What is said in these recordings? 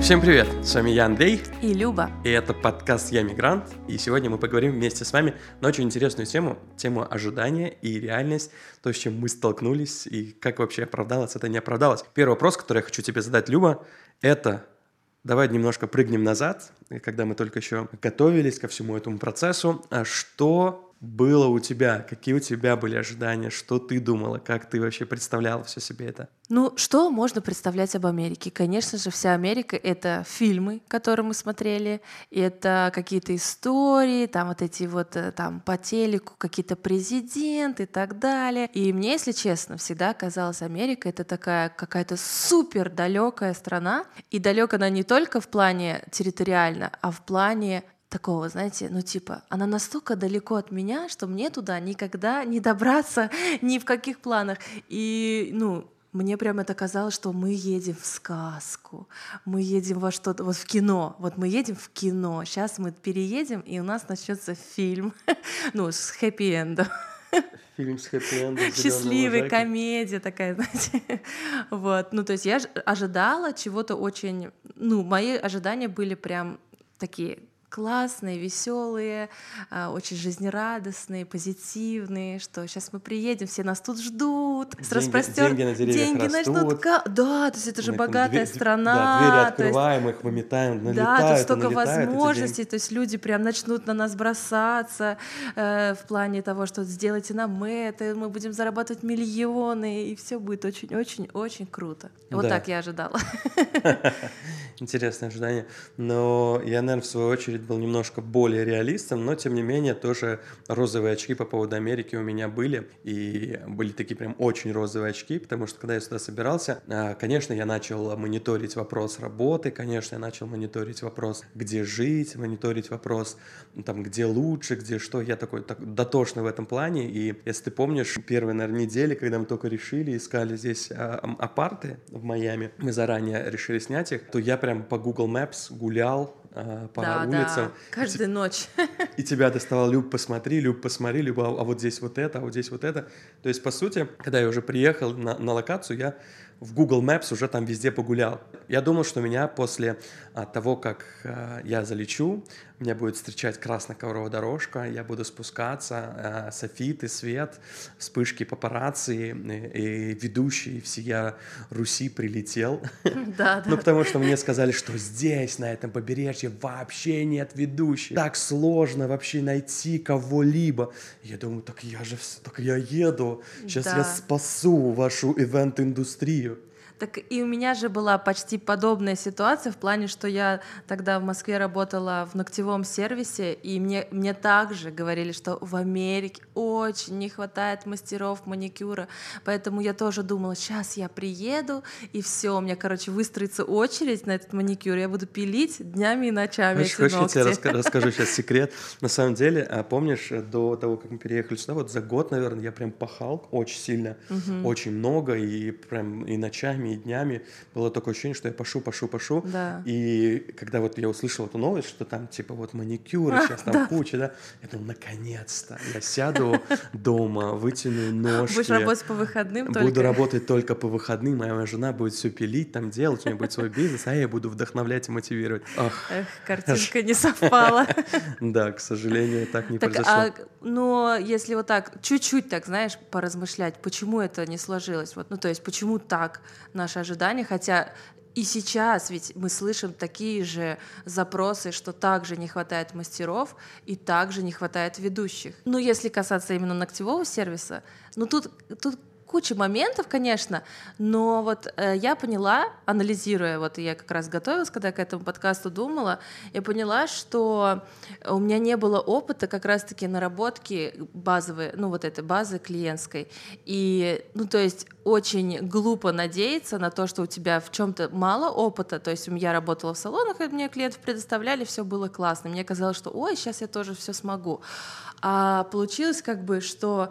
Всем привет, с вами я, Андрей. И Люба. И это подкаст «Я мигрант». И сегодня мы поговорим вместе с вами на очень интересную тему ожидания и реальность, то, с чем мы столкнулись, и как вообще оправдалось это, не оправдалось. Первый вопрос, который я хочу тебе задать, Люба, это давай немножко прыгнем назад, когда мы только еще готовились ко всему этому процессу. Что было у тебя? Какие у тебя были ожидания? Что ты думала? Как ты вообще представляла все себе это? Ну, что можно представлять об Америке? Конечно же, вся Америка — это фильмы, которые мы смотрели, это какие-то истории, там вот эти вот там по телеку какие-то президенты и так далее. И мне, если честно, всегда казалось, Америка — это такая какая-то супер далекая страна, и далека она не только в плане территориально, а в плане такого, знаете, ну типа, она настолько далеко от меня, что мне туда никогда не добраться ни в каких планах. И, мне прям это казалось, что мы едем в сказку, мы едем во что-то, вот в кино, вот мы едем в кино, сейчас мы переедем, и у нас начнется фильм, с хэппи-эндом. Фильм с хэппи-эндом. Счастливая комедия такая, знаете. Вот, то есть я ожидала чего-то очень, мои ожидания были прям такие классные, веселые, очень жизнерадостные, позитивные, что сейчас мы приедем, все нас тут ждут, деньги на деревьях растут. Да, то есть это же богатая страна. Да, двери открываем, их выметаем, налетают. Да, тут столько возможностей, то есть люди прям начнут на нас бросаться в плане того, что сделайте нам это, мы будем зарабатывать миллионы, и все будет очень-очень-очень круто. Вот так я ожидала. Интересное ожидание. Но я, наверное, в свою очередь был немножко более реалистом, но, тем не менее, тоже розовые очки по поводу Америки у меня были. И были такие прям очень розовые очки, потому что, когда я сюда собирался, конечно, я начал мониторить вопрос работы, конечно, я начал мониторить вопрос, где жить, мониторить вопрос, там, где лучше, где что. Я такой дотошный в этом плане. И если ты помнишь, первые, наверное, недели, когда мы только решили, искали здесь апарты в Майами, мы заранее решили снять их, то я прям по Google Maps гулял по улицам. Да, каждую ночь. И тебя доставал: Люб, посмотри, Люба, а вот здесь вот это, а вот здесь вот это. То есть, по сути, когда я уже приехал на локацию, я в Google Maps уже там везде погулял. Я думал, что меня после того, как я залечу, меня будет встречать красная ковровая дорожка, я буду спускаться, софиты, свет, вспышки папарацци, и ведущий всея Руси прилетел. Да. Потому что мне сказали, что здесь, на этом побережье, вообще нет ведущих. Так сложно вообще найти кого-либо. Я думаю, так я еду. Сейчас я спасу вашу ивент-индустрию. Так и у меня же была почти подобная ситуация в плане, что я тогда в Москве работала в ногтевом сервисе, и мне также говорили, что в Америке очень не хватает мастеров маникюра, поэтому я тоже думала, сейчас я приеду, и все, у меня, выстроится очередь на этот маникюр, я буду пилить днями и ночами эти ногти. Хочешь, я тебе расскажу сейчас секрет? На самом деле, помнишь, до того, как мы переехали сюда, вот за год, наверное, я прям пахал очень сильно, очень много, и прям и ночами, и днями было такое ощущение, что я пашу. Да. И когда вот я услышал эту новость, что там типа вот маникюры, сейчас там куча, да, я думал, наконец-то я сяду дома, вытяну ножки. Будешь работать по выходным только? Буду работать только по выходным, моя жена будет все пилить, там делать, у меня будет свой бизнес, а я буду вдохновлять и мотивировать. Эх, картинка не совпала. Да, к сожалению, так не произошло. Но если вот так, чуть-чуть так, знаешь, поразмышлять, почему это не сложилось, то есть почему так наши ожидания, хотя и сейчас ведь мы слышим такие же запросы, что также не хватает мастеров и также не хватает ведущих. Если касаться именно ногтевого сервиса, тут куча моментов, конечно, но вот я поняла, анализируя, вот я как раз готовилась, когда к этому подкасту думала, я поняла, что у меня не было опыта как раз-таки наработки базовой, этой базы клиентской. И, то есть очень глупо надеяться на то, что у тебя в чем-то мало опыта, то есть я работала в салонах, и мне клиентов предоставляли, все было классно. Мне казалось, что сейчас я тоже все смогу. А получилось что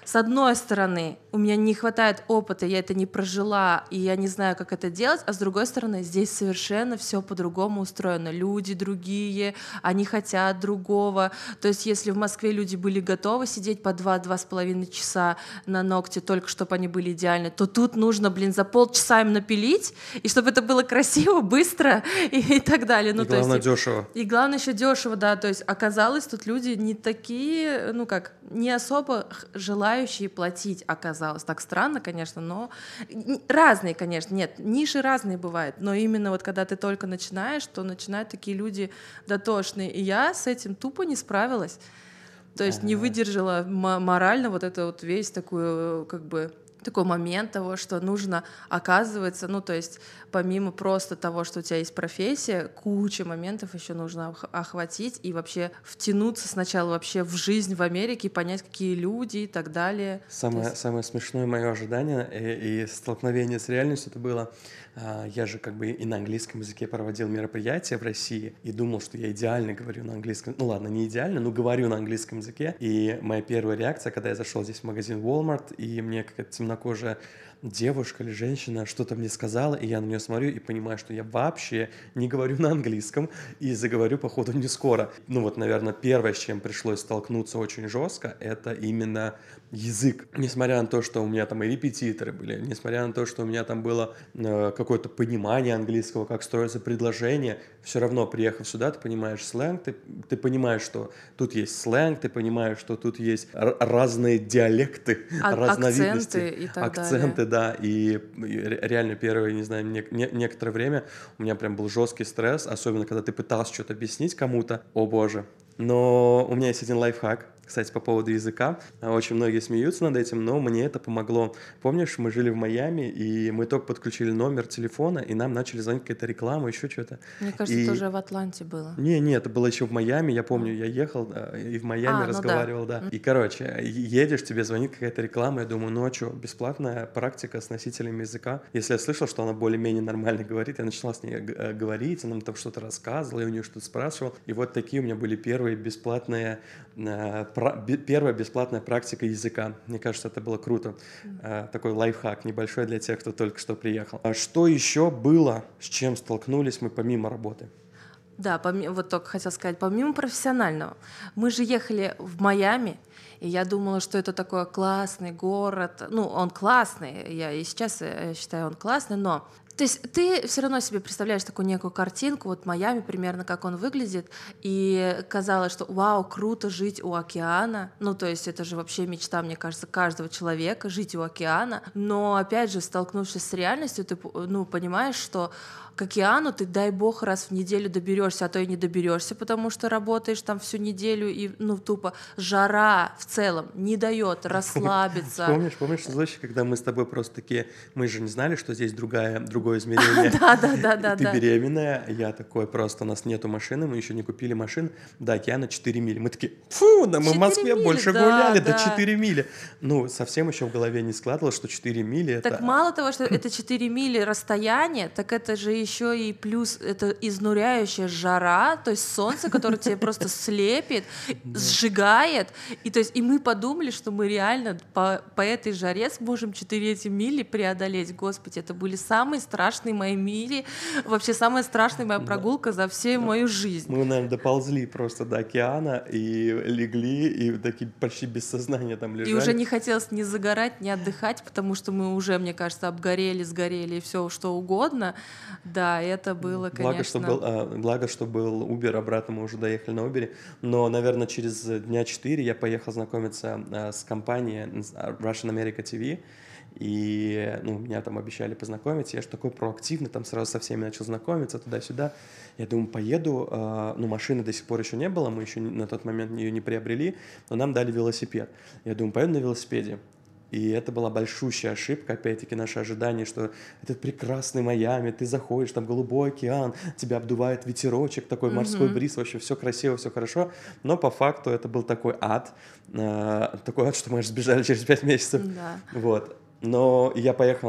с одной стороны, у меня не хватает опыта, я это не прожила, и я не знаю, как это делать, а с другой стороны, здесь совершенно все по-другому устроено. Люди другие, они хотят другого. То есть если в Москве люди были готовы сидеть по 2-2,5 часа на ногти, только чтобы они были идеальны, то тут нужно, за полчаса им напилить, и чтобы это было красиво, быстро и так далее. И главное, дешево. И главное еще дешево, да. То есть оказалось, тут люди не такие, не особо желающие платить оказалось. Так странно, конечно, но разные, конечно, нет, ниши разные бывают, но именно вот когда ты только начинаешь, то начинают такие люди дотошные, и я с этим тупо не справилась. То есть не выдержала морально вот это вот весь такой момент того, что нужно, оказывается, то есть помимо просто того, что у тебя есть профессия, куча моментов еще нужно охватить и вообще втянуться сначала вообще в жизнь в Америке, понять, какие люди и так далее. Самое смешное мое ожидание и столкновение с реальностью это было, я же и на английском языке проводил мероприятия в России и думал, что я идеально говорю на английском, ладно, не идеально, но говорю на английском языке, и моя первая реакция, когда я зашел здесь в магазин Walmart, и мне какая-то темнокожая девушка или женщина что-то мне сказала, и я на нее смотрю и понимаю, что я вообще не говорю на английском и заговорю, походу, не скоро. Наверное, первое, с чем пришлось столкнуться очень жестко, это именно язык. Несмотря на то, что у меня там и репетиторы были, несмотря на то, что у меня там было какое-то понимание английского, как строятся предложения, все равно, приехав сюда, ты понимаешь сленг, ты понимаешь, что тут есть сленг, ты понимаешь, что тут есть разные диалекты, разновидности, акценты и так акценты, да, и реально первое, не знаю, некоторое время у меня прям был жесткий стресс, особенно когда ты пытался что-то объяснить кому-то, о боже. Но у меня есть один лайфхак, кстати, по поводу языка. Очень многие смеются над этим, но мне это помогло. Помнишь, мы жили в Майами, и мы только подключили номер телефона, и нам начали звонить какая-то реклама, еще что-то. Мне кажется, тоже в Атланте было. Не, это было еще в Майами, я помню, я ехал и в Майами разговаривал, да. И, едешь, тебе звонит какая-то реклама, я думаю, ну а что, бесплатная практика с носителями языка. Если я слышал, что она более-менее нормально говорит, я начала с ней говорить, она мне там что-то рассказывала, я у нее что-то спрашивал. И вот такие у меня были первая бесплатная практика языка. Мне кажется, это было круто. Такой лайфхак небольшой для тех, кто только что приехал. А что еще было, с чем столкнулись мы помимо работы? Да, вот только хотела сказать, помимо профессионального, мы же ехали в Майами, и я думала, что это такой классный город. Он классный, я и сейчас считаю, он классный, но... То есть ты все равно себе представляешь такую некую картинку, вот Майами примерно, как он выглядит, и казалось, что вау, круто жить у океана, то есть это же вообще мечта, мне кажется, каждого человека, жить у океана, но опять же, столкнувшись с реальностью, ты понимаешь, что к океану ты, дай бог, раз в неделю доберешься, а то и не доберешься, потому что работаешь там всю неделю, и тупо жара в целом не дает расслабиться. Помнишь случай, когда мы с тобой просто такие, мы же не знали, что здесь другое измерение. Да. Ты беременная, я такой, просто у нас нету машины, мы еще не купили машин, до океана 4 мили. Мы такие, да мы в Москве больше гуляли, до 4 мили. Совсем еще в голове не складывалось, что 4 мили это... Так мало того, что это 4 мили расстояние, так это же еще и плюс это изнуряющая жара, то есть солнце, которое тебя просто слепит, сжигает. И мы подумали, что мы реально по этой жаре сможем 4 эти мили преодолеть. Господи, это были самые страшные мои мили, вообще самая страшная моя прогулка за всю мою жизнь. Мы, наверное, доползли просто до океана и легли, и такие почти без сознания там лежали. И уже не хотелось ни загорать, ни отдыхать, потому что мы уже, мне кажется, обгорели, сгорели и все что угодно. Да, это было, конечно... Благо, что был Uber, обратно мы уже доехали на Uber, но, наверное, через дня 4 я поехал знакомиться с компанией Russian America TV, и меня там обещали познакомить, я же такой проактивный, там сразу со всеми начал знакомиться, туда-сюда. Я думаю, поеду, машины до сих пор еще не было, мы еще на тот момент ее не приобрели, но нам дали велосипед. Я думаю, поеду на велосипеде. И это была большущая ошибка, опять-таки, наше ожидание, что этот прекрасный Майами, ты заходишь, там голубой океан, тебя обдувает ветерочек, такой морской бриз, вообще все красиво, все хорошо. Но по факту это был такой ад, что мы аж сбежали через 5 месяцев. Да. Вот. Но я поехал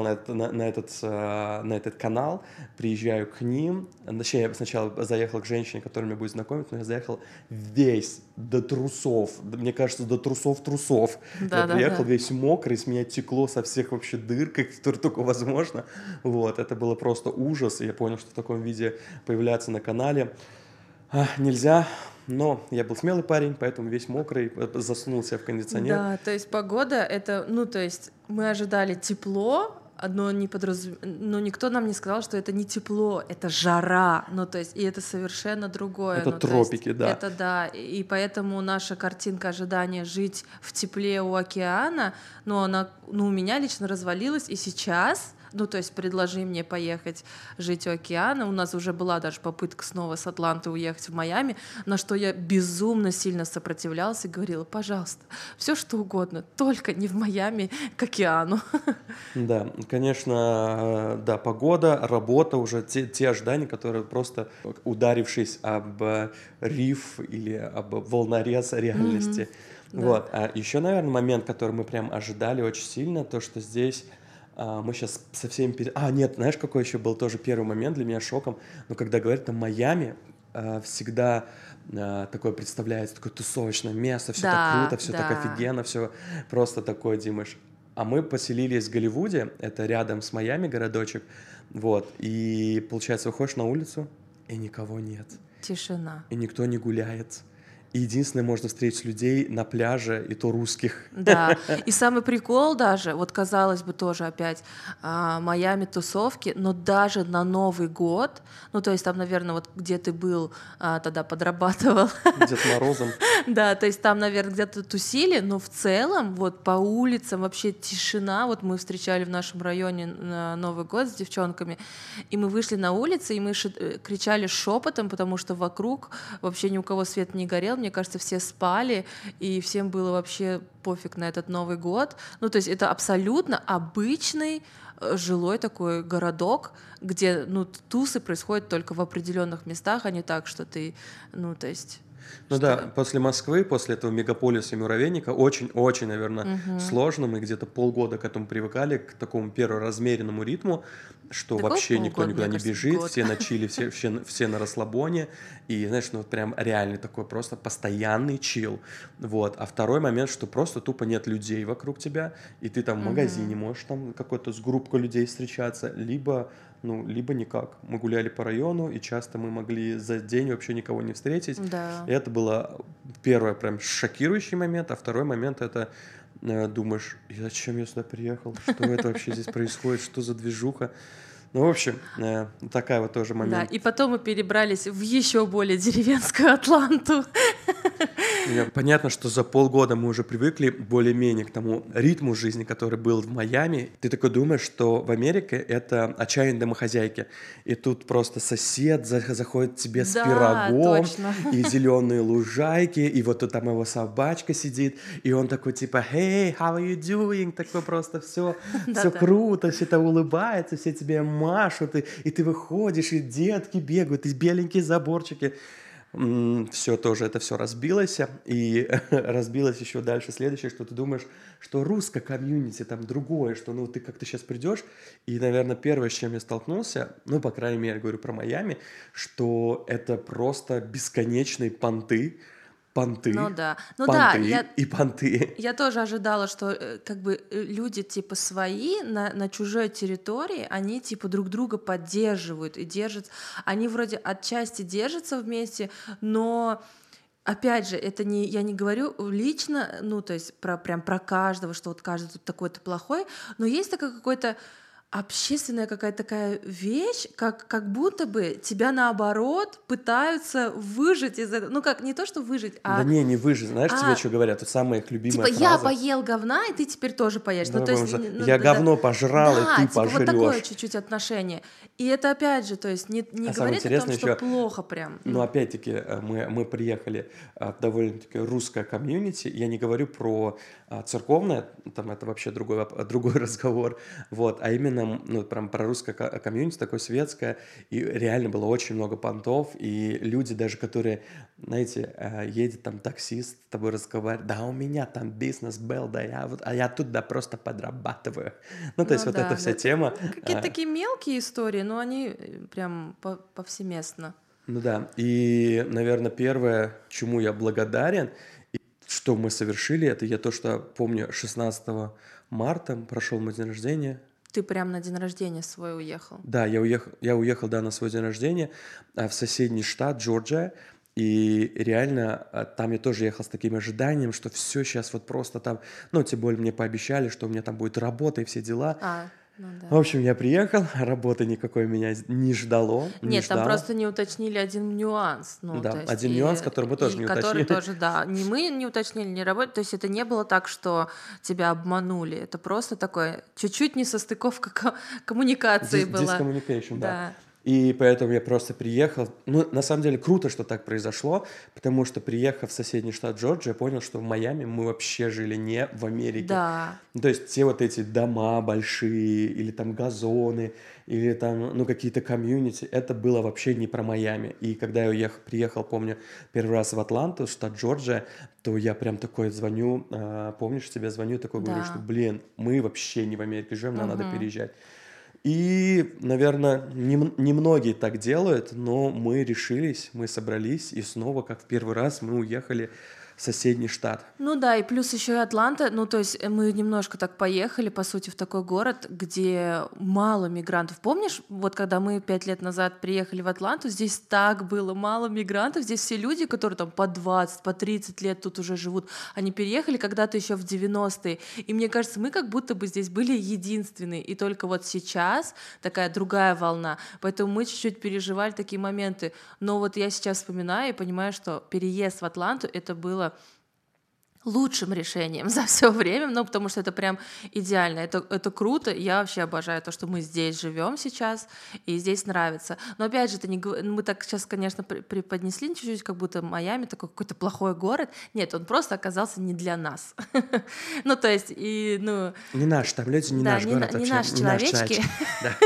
на этот канал, приезжаю к ним. Точнее, я сначала заехал к женщине, которая меня будет знакомить, но я заехал весь до трусов. Мне кажется, до трусов. Я приехал Да-да-да. весь мокрый, с меня текло со всех вообще дыр, которые только возможно. Вот, это было просто ужас. И я понял, что в таком виде появляться на канале нельзя. Но я был смелый парень, поэтому весь мокрый, засунул себя в кондиционер. Да, то есть погода это, ну, то есть мы ожидали тепло, но никто нам не сказал, что это не тепло, это жара, ну, то есть, и это совершенно другое, Это ну, то есть, тропики, да. это да, и поэтому наша картинка ожидания жить в тепле у океана, ну, она, ну, у меня лично развалилась, и сейчас, ну, то есть, предложи мне поехать жить у океана, у нас уже была даже попытка снова с Атланты уехать в Майами, на что я безумно сильно сопротивлялась и говорила, пожалуйста, все что угодно, только не в Майами к океану. Да, конечно, да, погода, работа, уже те ожидания, которые просто ударившись об риф или об волнорез Мгм. реальности. Да. Вот. А еще, наверное, момент, который мы прям ожидали очень сильно, то, что здесь мы сейчас со всеми... нет, знаешь, какой еще был тоже первый момент для меня шоком? Ну, когда говорят о Майами, всегда такое представляется, такое тусовочное место, все так Да, круто, все так да. офигенно, все просто такое, Димыш. А мы поселились в Голливуде, это рядом с Майами городочек, вот, и, получается, выходишь на улицу, и никого нет, Тишина. и никто не гуляет. И единственное, можно встретить людей на пляже, и то русских. Да, и самый прикол даже, вот казалось бы тоже опять Майами тусовки, но даже на Новый год, ну то есть там, наверное, вот где ты был, тогда подрабатывал, Дед Морозом. да, то есть там, наверное, где-то тусили, но в целом вот по улицам вообще тишина, вот мы встречали в нашем районе на Новый год с девчонками, и мы вышли на улицы, и мы кричали шепотом, потому что вокруг вообще ни у кого свет не горел, мне кажется, все спали, и всем было вообще пофиг на этот Новый год. Ну, то есть это абсолютно обычный жилой такой городок, где, ну, тусы происходят только в определенных местах, а не так, что ты, ну, то есть, Ну да, что... после Москвы, после этого мегаполиса и муравейника очень-очень, наверное, Мгм. сложно. Мы где-то полгода к этому привыкали, к такому размеренному ритму, что Такого вообще никто полгода, никуда мне не кажется, бежит, год. все на чиле, все на расслабоне. И, знаешь, ну вот прям реальный такой просто постоянный чил. Вот. А второй момент, что просто тупо нет людей вокруг тебя, и ты там в магазине Мгм. можешь там какой-то с группкой людей встречаться, либо никак. Мы гуляли по району, и часто мы могли за день вообще никого не встретить. И Да. это было первый прям шокирующий момент, а второй момент это думаешь, и зачем я сюда приехал, что это вообще здесь происходит, что за движуха. Ну, в общем, такая вот тоже Да, момент. и потом мы перебрались в еще более деревенскую Атланту. Понятно, что за полгода мы уже привыкли более-менее к тому ритму жизни, который был в Майами. Ты такой думаешь, что в Америке это отчаянные домохозяйки. И тут просто сосед заходит тебе с Да, пирогом, точно. и зеленые лужайки, и вот тут там его собачка сидит, и он такой типа «Hey, how are you doing?» Такой просто все Да-да. круто, все это улыбается, все тебе машут, и ты выходишь, и детки бегают, и беленькие заборчики. Все тоже это все разбилось, и разбилось еще дальше следующее, что ты думаешь, что русское комьюнити там другое, что ну ты как-то сейчас придешь, и, наверное, первое, с чем я столкнулся, ну, по крайней мере, говорю про Майами, что это просто бесконечные Ну понты, да. Ну да, понты и понты. я тоже ожидала, что как бы люди типа свои на чужой территории, они типа друг друга поддерживают и держат. Они вроде отчасти держатся вместе, но опять же, это не, я не говорю лично, ну, то есть прям про каждого, что вот каждый тут такой-то плохой, но есть такой какой-то общественная какая-то такая вещь, как будто бы тебя наоборот пытаются выжить из этого. Ну как, не то, что выжить, Да не выжить, знаешь, тебе а что говорят, тут самая их типа любимая я фраза, поел говна, и ты теперь тоже поешь. Ну да, то есть, потому что ну, я да, говно пожрал, и да, ты типа вот такое пожрешь. чуть-чуть отношение. И это опять же, то есть не А самое говорит о том, интересное что еще, плохо прям. ну, опять-таки, мы приехали в довольно-таки русское комьюнити. Я не говорю про церковное, там это вообще другой разговор, вот, а именно реально, ну, прям прорусское комьюнити, такое светское, и реально было очень много понтов, и люди даже, которые, знаете, едет там таксист, с тобой разговаривает, да, у меня там бизнес был, да, а я тут, да, просто подрабатываю. Ну, то есть Ну вот эта да, вся да. тема. Какие-то такие мелкие истории, но они прям повсеместно. Ну да, и, наверное, первое, чему я благодарен, и что мы совершили, это я то, что помню, 16 марта прошел мой день рождения. Ты прям на день рождения свой уехал. Да, я уехал, да, на свой день рождения в соседний штат Джорджия, и реально там я тоже ехал с таким ожиданием, что все сейчас вот просто там, ну, тем более мне пообещали, что у меня там будет работа и все дела. Ну В да. общем, я приехал, работы никакой меня не ждало, не Нет, там ждало. просто не уточнили один нюанс. Ну, то Да, есть, один нюанс, который мы тоже и не который уточнили. тоже, да, ни мы не уточнили, ни работа. То есть это не было так, что тебя обманули. Это просто такое, чуть-чуть несостыковка коммуникации была. Discommunication, да. Да. И поэтому я просто приехал. Ну, на самом деле, круто, что так произошло, потому что, приехав в соседний штат Джорджия, я понял, что в Майами мы вообще жили не в Америке. Да. Ну, то есть все вот эти дома большие, или там газоны, или там, ну, какие-то комьюнити, это было вообще не про Майами. И когда я приехал, помню, первый раз в Атланту, штат Джорджия, то я прям такой звоню, помнишь, тебе звоню, такой говорю, что, Да. блин, мы вообще не в Америке живем, нам надо Мгм. переезжать. И, наверное, немногие так делают, но мы решились, мы собрались, и снова, как в первый раз, мы уехали в соседний штат. Ну да, и плюс еще и Атланта, ну то есть мы немножко так поехали, по сути, в такой город, где мало мигрантов. Помнишь, вот когда мы 5 лет назад приехали в Атланту, здесь так было мало мигрантов, здесь все люди, которые там по 20, по 30 лет тут уже живут, они переехали когда-то еще в 90-е, и мне кажется, мы как будто бы здесь были единственные, и только вот сейчас такая другая волна, поэтому мы чуть-чуть переживали такие моменты, но вот я сейчас вспоминаю и понимаю, что переезд в Атланту — это было лучшим решением за все время, ну, потому что это прям идеально, это круто, я вообще обожаю то, что мы здесь живем сейчас, и здесь нравится. Но опять же, мы так сейчас, конечно, преподнесли чуть-чуть, как будто Майами такой какой-то плохой город. Нет, он просто оказался не для нас. Ну, то есть, и, ну... Не наш, там люди не Да, наш город не вообще, наши не наш человечки. человечек. Да.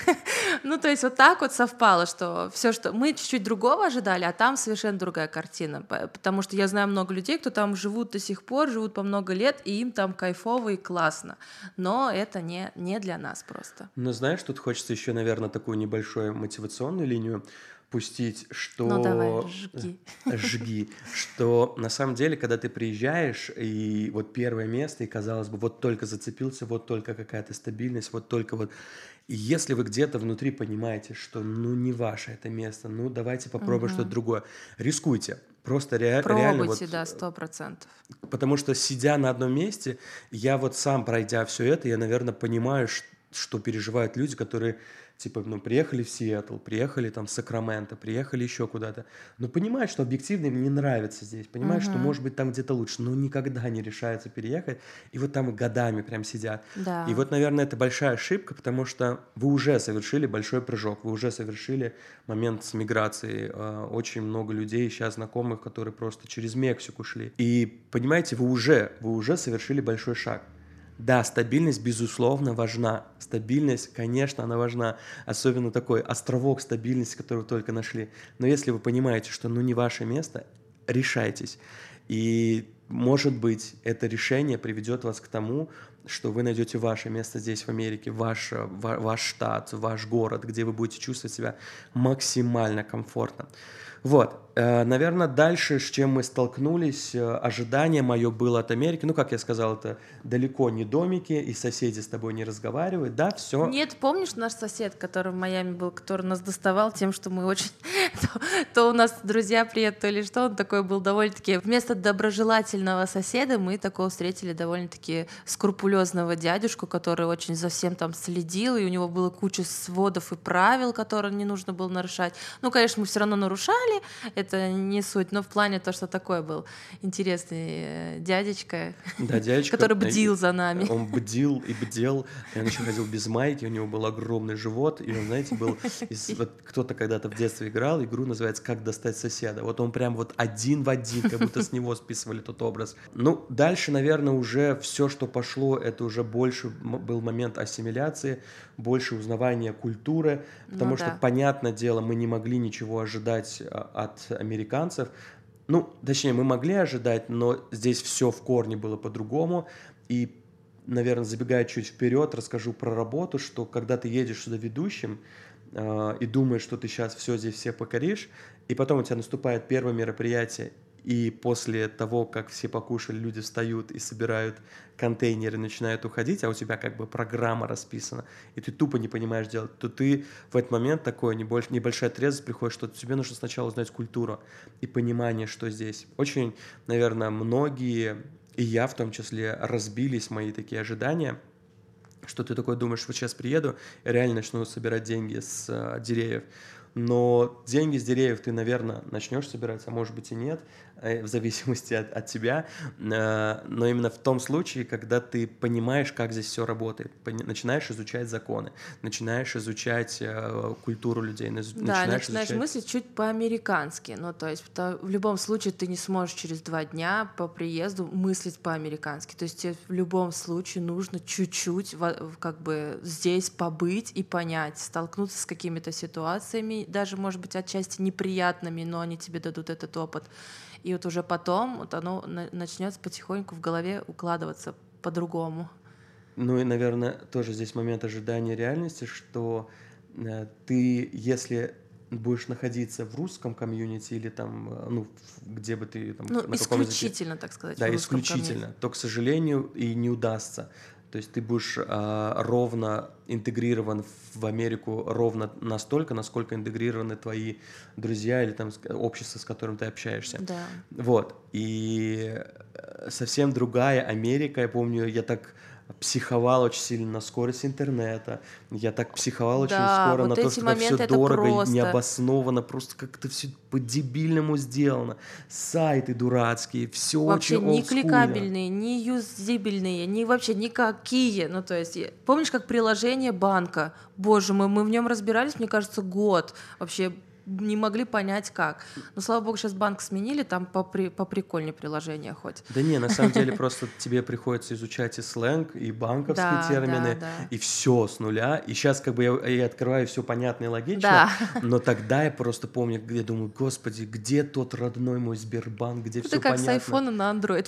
Ну, то есть вот так вот совпало, что все, что мы чуть-чуть другого ожидали, а там совершенно другая картина. Потому что я знаю много людей, кто там живут до сих пор, живут по много лет, и им там кайфово и классно. Но это не для нас просто. Но знаешь, тут хочется еще, наверное, такую небольшую мотивационную линию пустить, Ну, давай, что жги. жги, что на самом деле, когда ты приезжаешь, и вот первое место, и казалось бы, вот только зацепился, вот только какая-то стабильность, вот только вот. И если вы где-то внутри понимаете, что ну не ваше это место, ну давайте попробуем что-то другое, рискуйте. Просто реально вот, Пробуйте, да, 100%. потому что сидя на одном месте, я вот сам пройдя все это, я, наверное, понимаю, что переживают люди, которые типа, ну, приехали в Сиэтл, приехали там в Сакраменто, приехали еще куда-то, но понимают, что объективно им не нравится здесь, понимают, что может быть там где-то лучше, но никогда не решаются переехать, и вот там годами прям сидят. Да. И вот, наверное, это большая ошибка, потому что вы уже совершили большой прыжок, вы уже совершили момент с миграцией. Очень много людей, сейчас знакомых, которые просто через Мексику шли. И, понимаете, вы уже совершили большой шаг. Да, стабильность, безусловно, важна. Стабильность, конечно, она важна. Особенно такой островок стабильности, который вы только нашли. Но если вы понимаете, что ну не ваше место, решайтесь. И, может быть, это решение приведет вас к тому, что вы найдете ваше место здесь, в Америке, ваш штат, ваш город, где вы будете чувствовать себя максимально комфортно. Вот, наверное, дальше, с чем мы столкнулись, ожидание мое было от Америки, ну, как я сказал, это далеко не домики, и соседи с тобой не разговаривают, да, все. Нет, помнишь наш сосед, который в Майами был, который нас доставал тем, что мы очень... То у нас друзья приедут, то или что, он такой был довольно-таки... Вместо доброжелательного соседа мы такого встретили довольно-таки скрупулезного дядюшку, который очень за всем там следил, и у него было куча сводов и правил, которые не нужно было нарушать. Ну, конечно, мы все равно нарушали, это не суть, но в плане то, что такой был интересный дядечка, Да, дядечка, который бдил за нами. он бдил и бдел, и он еще ходил без майки, у него был огромный живот, и он, знаете, был вот кто-то когда-то в детстве играл, игру называется «Как достать соседа». Вот он прям вот один в один, как будто с него списывали тот образ. Ну, дальше, наверное, уже все, что пошло, это уже больше был момент ассимиляции, больше узнавания культуры, потому что, понятное дело, мы не могли ничего ожидать от американцев. Ну, точнее, мы могли ожидать, но здесь все в корне было по-другому. И, наверное, забегая чуть вперед, расскажу про работу, что когда ты едешь сюда ведущим и думаешь, что ты сейчас все здесь все покоришь, и потом у тебя наступает первое мероприятие, и после того, как все покушали, люди встают и собирают контейнеры, начинают уходить, а у тебя как бы программа расписана, и ты тупо не понимаешь делать, то ты в этот момент такой небольшая трезвость приходит, что тебе нужно сначала узнать культуру и понимание, что здесь. Очень, наверное, многие, и я в том числе, разбились мои такие ожидания, что ты такой думаешь, вот сейчас приеду, и реально начну собирать деньги с деревьев. Но деньги с деревьев ты, наверное, начнешь собирать, а может быть и нет, в зависимости от тебя. Но именно в том случае, когда ты понимаешь, как здесь все работает, начинаешь изучать законы, начинаешь изучать культуру людей, начинаешь мыслить чуть по-американски. Ну, то есть в любом случае ты не сможешь через 2 дня по приезду мыслить по-американски. То есть тебе в любом случае нужно чуть-чуть как бы здесь побыть и понять, столкнуться с какими-то ситуациями, даже, может быть, отчасти неприятными, но они тебе дадут этот опыт. И вот уже потом вот оно начнет потихоньку в голове укладываться по-другому. Ну и, наверное, тоже здесь момент ожидания реальности, что ты, если будешь находиться в русском комьюнити или там, ну, где бы ты там, ну, на каком языке, так сказать, да, исключительно, то, к сожалению, и не удастся. То есть ты будешь ровно интегрирован в Америку ровно настолько, насколько интегрированы твои друзья или там общество, с которым ты общаешься. Да. Вот. И совсем другая Америка. Я помню, я так психовал очень сильно на скорость интернета, я так психовал очень скоро вот на то, что как все дорого и необоснованно, просто как-то все по-дебильному сделано. Сайты дурацкие, все вообще очень ни олдскульно. кликабельные, ни юзабельные, ни вообще никакие. Ну, то есть, помнишь, как приложение банка? Боже мой, мы в нем разбирались, мне кажется, год. Вообще не могли понять, как. Но, слава богу, сейчас банк сменили, там поприкольнее приложение хоть. Да не, на самом деле просто тебе приходится изучать и сленг, и банковские термины, и все с нуля. И сейчас как бы я открываю все понятно и логично, но тогда я просто помню, где думаю, господи, где тот родной мой Сбербанк, где все понятно. Это как с айфона на Android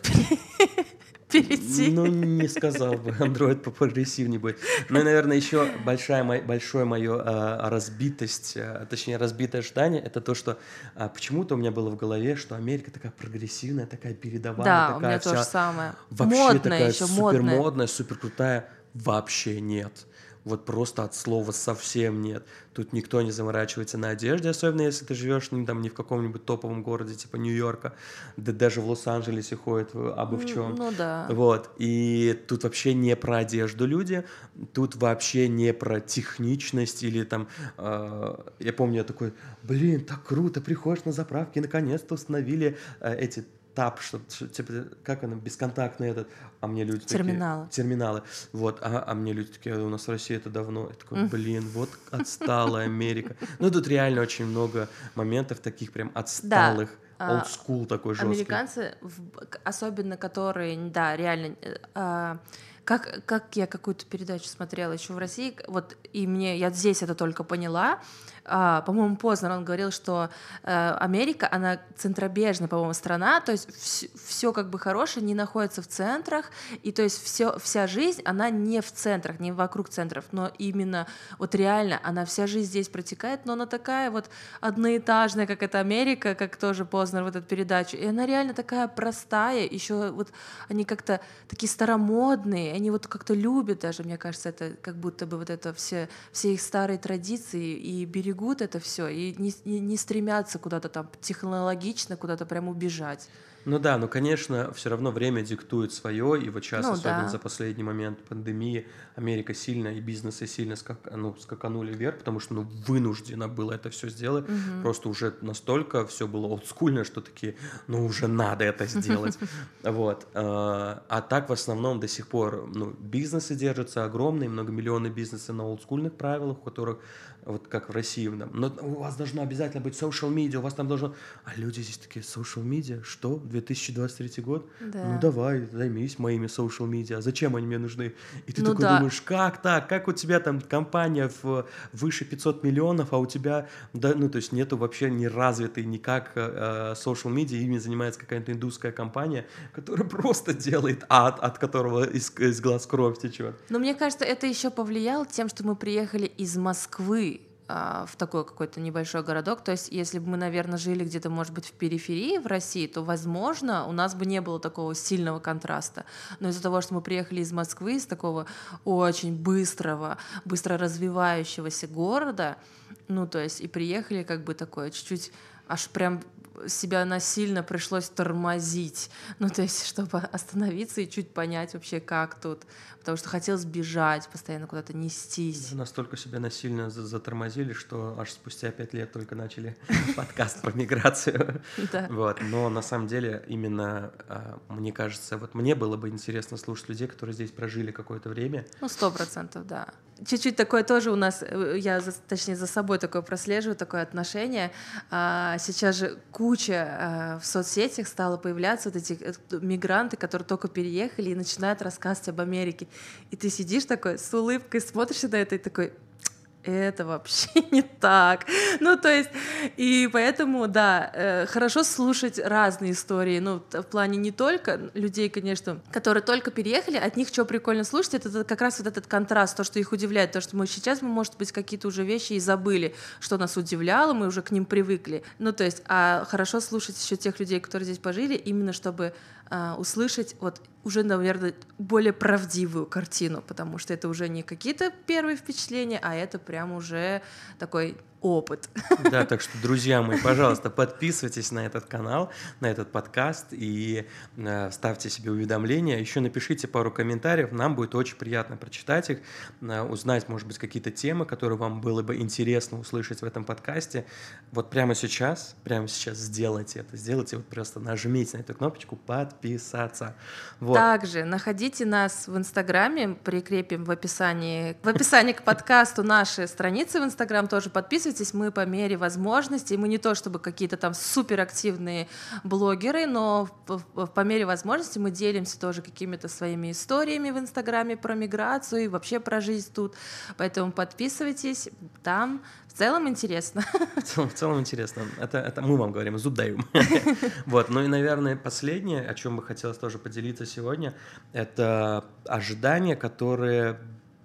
перейти. Ну, не сказал бы, Android попрогрессивнее будет. Ну и, наверное, еще большое мое разбитость, точнее, разбитое ожидание, это то, что почему-то у меня было в голове, что Америка такая прогрессивная, такая передовая, да, такая у меня вся... то же самое. Вообще модная такая еще, супермодная, суперкрутая. Вообще нет. Вот просто от слова совсем нет. Тут никто не заморачивается на одежде, особенно если ты живешь там, не в каком-нибудь топовом городе типа Нью-Йорка, да даже в Лос-Анджелесе ходят абы в чем. Ну да. Вот. И тут вообще не про одежду люди, тут вообще не про техничность или там... я помню, я такой, блин, так круто, приходишь на заправки, наконец-то установили эти тап, что типа, как оно, бесконтактный этот, а мне люди терминалы. Такие, терминалы, вот, а мне люди такие, у нас в России это давно, я такой, блин, вот отсталая Америка. Ну, тут реально очень много моментов таких прям отсталых, old school такой жесткий. Американцы, особенно которые, да, реально... Как я какую-то передачу смотрела еще в России, вот, и я здесь это только поняла, по-моему, Познер, он говорил, что Америка, она центробежная, по-моему, страна, то есть все как бы хорошее не находится в центрах, и то есть вся жизнь, она не в центрах, не вокруг центров, но именно вот реально она вся жизнь здесь протекает, но она такая вот одноэтажная, как эта Америка, как тоже Познер в эту передачу, и она реально такая простая, еще вот они как-то такие старомодные, они вот как-то любят даже, мне кажется, это как будто бы вот это все их старые традиции и берегут это все и не стремятся куда-то там технологично куда-то прям убежать. Ну да, ну конечно, все равно время диктует свое, и вот сейчас, Ну особенно да. за последний момент пандемии, Америка сильно и бизнесы сильно скаканули вверх, потому что ну, вынуждено было это все сделать. Мгм. Просто уже настолько все было олдскульно, что такие, ну уже надо это сделать. Вот. А так в основном до сих пор ну, бизнесы держатся огромные, многомиллионные бизнесы на олдскульных правилах, у которых вот как в России, там, но у вас должно обязательно быть social media, у вас там должно... А люди здесь такие, social media? Что? 2023 год? Ну Да. давай, займись моими social media. А зачем они мне нужны? И ты Ну такой да. думаешь, как так? Как у тебя там компания выше 500 миллионов, а у тебя, да, ну то есть нету вообще не развитой никак social media, ими занимается какая-то индусская компания, которая просто делает ад, от которого из глаз кровь течет. Но мне кажется, это еще повлияло тем, что мы приехали из Москвы в такой какой-то небольшой городок. То есть, если бы мы, наверное, жили где-то, может быть, в периферии в России, то, возможно, у нас бы не было такого сильного контраста. Но из-за того, что мы приехали из Москвы, из такого очень быстрого, быстро развивающегося города, ну, то есть, и приехали как бы такое чуть-чуть аж прям себя насильно пришлось тормозить, ну, то есть, чтобы остановиться и чуть понять вообще, как тут, потому что хотелось бежать, постоянно куда-то нестись. Да, настолько себя насильно затормозили, что аж спустя 5 лет только начали подкаст про миграцию. Да. Вот. Но на самом деле именно, мне кажется, вот мне было бы интересно слушать людей, которые здесь прожили какое-то время. Ну, 100%, да. Чуть-чуть такое тоже у нас, точнее, за собой такое прослеживаю, такое отношение. Сейчас же куча в соцсетях стало появляться вот эти мигранты, которые только переехали и начинают рассказывать об Америке. И ты сидишь такой с улыбкой, смотришь на это и такой... Это вообще не так. Ну, то есть, и поэтому, да, хорошо слушать разные истории. Ну, в плане не только людей, конечно, которые только переехали, от них что прикольно слушать, это как раз вот этот контраст, то, что их удивляет, то, что мы, может быть, какие-то уже вещи и забыли, что нас удивляло, мы уже к ним привыкли. Ну, то есть, а хорошо слушать еще тех людей, которые здесь пожили, именно чтобы услышать вот уже, наверное, более правдивую картину, потому что это уже не какие-то первые впечатления, а это прям уже такой опыт. Да, так что, друзья мои, пожалуйста, подписывайтесь на этот канал, на этот подкаст и ставьте себе уведомления. Еще напишите пару комментариев, нам будет очень приятно прочитать их, узнать, может быть, какие-то темы, которые вам было бы интересно услышать в этом подкасте. Вот прямо сейчас сделайте это, вот просто нажмите на эту кнопочку «Подписаться». Вот. Также находите нас в Инстаграме, прикрепим в описании к подкасту наши страницы в Инстаграм, тоже подписывайтесь, мы по мере возможностей, мы не то чтобы какие-то там суперактивные блогеры, но по мере возможностей мы делимся тоже какими-то своими историями в Инстаграме про миграцию и вообще про жизнь тут, поэтому подписывайтесь, там в целом интересно. В целом интересно. Это мы вам говорим, зуб даем. Вот. Ну и, наверное, последнее, о чем бы хотелось тоже поделиться сегодня, это ожидания, которые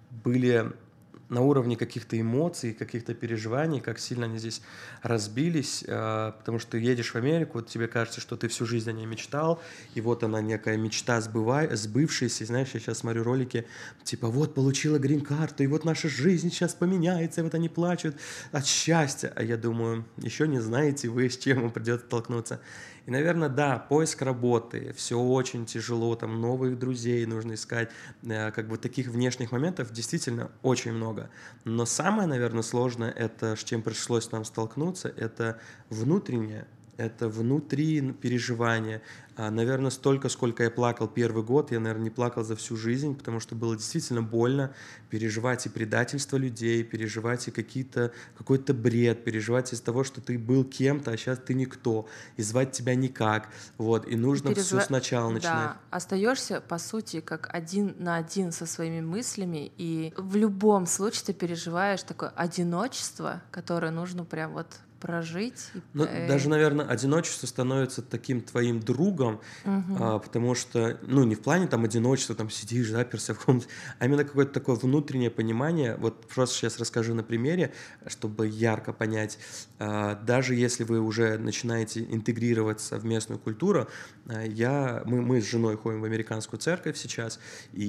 были на уровне каких-то эмоций, каких-то переживаний, как сильно они здесь разбились, потому что ты едешь в Америку, вот тебе кажется, что ты всю жизнь о ней мечтал, и вот она некая мечта сбывшаяся, и знаешь, я сейчас смотрю ролики, типа вот получила грин-карту, и вот наша жизнь сейчас поменяется, и вот они плачут от счастья, а я думаю, еще не знаете вы, с чем вам придется столкнуться. И, наверное, да, поиск работы, все очень тяжело, там новых друзей нужно искать, как бы таких внешних моментов действительно очень много. Но самое, наверное, сложное, это с чем пришлось нам столкнуться, это внутреннее, это внутри переживания. Наверное, столько, сколько я плакал первый год, я, наверное, не плакал за всю жизнь, потому что было действительно больно переживать и предательство людей, переживать и какой-то бред, переживать из-за того, что ты был кем-то, а сейчас ты никто, и звать тебя никак, вот, и нужно все сначала начинать. Да, остаешься, по сути, как один на один со своими мыслями, и в любом случае ты переживаешь такое одиночество, которое нужно прям вот прожить. Ну, даже, наверное, одиночество становится таким твоим другом, потому что, ну, не в плане там одиночества, там сидишь, заперся в комнате, а именно какое-то такое внутреннее понимание. Вот просто сейчас расскажу на примере, чтобы ярко понять. Даже если вы уже начинаете интегрироваться в местную культуру, мы с женой ходим в американскую церковь сейчас,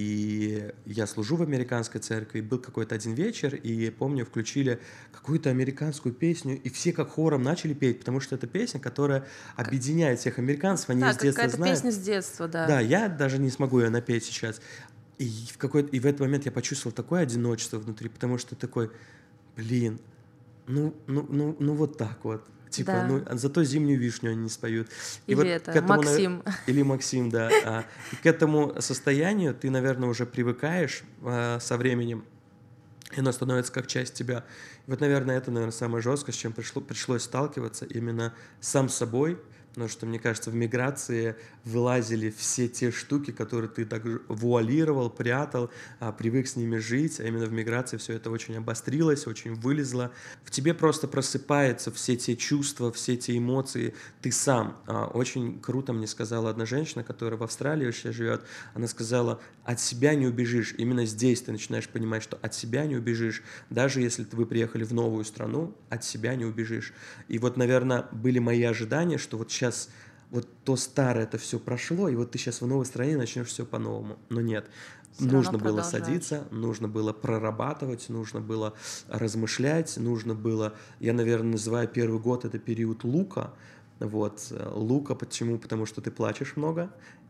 и я служу в американской церкви. Был какой-то один вечер, и помню, включили какую-то американскую песню, и все как хором начали петь, потому что это песня, которая объединяет всех американцев, они ее Да, с детства какая-то знают. песня с детства, да. Да, я даже не смогу ее напеть сейчас. И в этот момент я почувствовал такое одиночество внутри, потому что такой, блин, ну вот так вот. Типа, Да. зато «Зимнюю вишню» они не споют. И Или вот это к этому, Максим. или Максим, да. И к этому состоянию ты, наверное, уже привыкаешь со временем, и оно становится как часть тебя. И вот, наверное, это, самое жесткое, с чем пришлось сталкиваться, именно сам с собой, потому что, мне кажется, в миграции вылазили все те штуки, которые ты так вуалировал, прятал, привык с ними жить, а именно в миграции все это очень обострилось, очень вылезло. В тебе просто просыпаются все те чувства, все те эмоции, ты сам. Очень круто мне сказала одна женщина, которая в Австралии вообще живет, она сказала, от себя не убежишь, именно здесь ты начинаешь понимать, что от себя не убежишь, даже если вы приехали в новую страну, от себя не убежишь. И вот, наверное, были мои ожидания, что вот сейчас вот то старое это все прошло, и вот ты сейчас в новой стране начнешь все по-новому. Но нет. Всё равно Нужно было продолжаешь. садиться, нужно было прорабатывать, нужно было размышлять, нужно было, я, наверное, называю первый год это период лука. Вот, лука почему? Потому что ты плачешь много,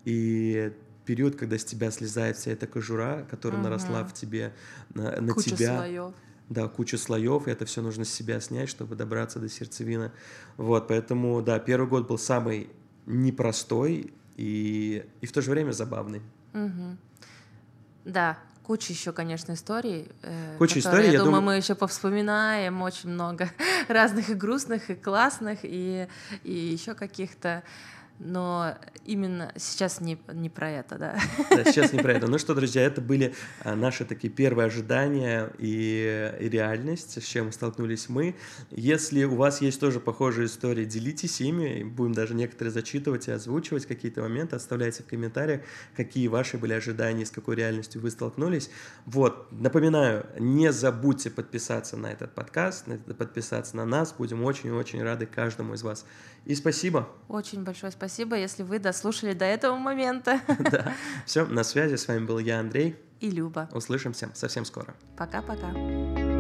и период, когда с тебя слезает вся эта кожура, которая наросла в тебе, на Куча тебя. слоев. Да, куча слоев, и это все нужно с себя снять, чтобы добраться до сердцевины. Вот, поэтому, да, первый год был самый непростой и в то же время забавный. Мгм. Да, куча еще, конечно, историй, Куча которые, историй, я я думаю, думаю, мы еще повспоминаем очень много разных и грустных, и классных, и еще каких-то. Но именно сейчас не про это, да. да, сейчас не про это. Ну что, друзья, это были наши такие первые ожидания и реальность, с чем столкнулись мы. Если у вас есть тоже похожие истории, делитесь ими, будем даже некоторые зачитывать и озвучивать какие-то моменты, оставляйте в комментариях, какие ваши были ожидания, с какой реальностью вы столкнулись. Вот, напоминаю, не забудьте подписаться на этот подкаст, подписаться на нас, будем очень-очень рады каждому из вас. И спасибо. Очень большое спасибо, если вы дослушали до этого момента. Да, все, на связи, с вами был я, Андрей. И Люба. Услышимся совсем скоро. Пока-пока.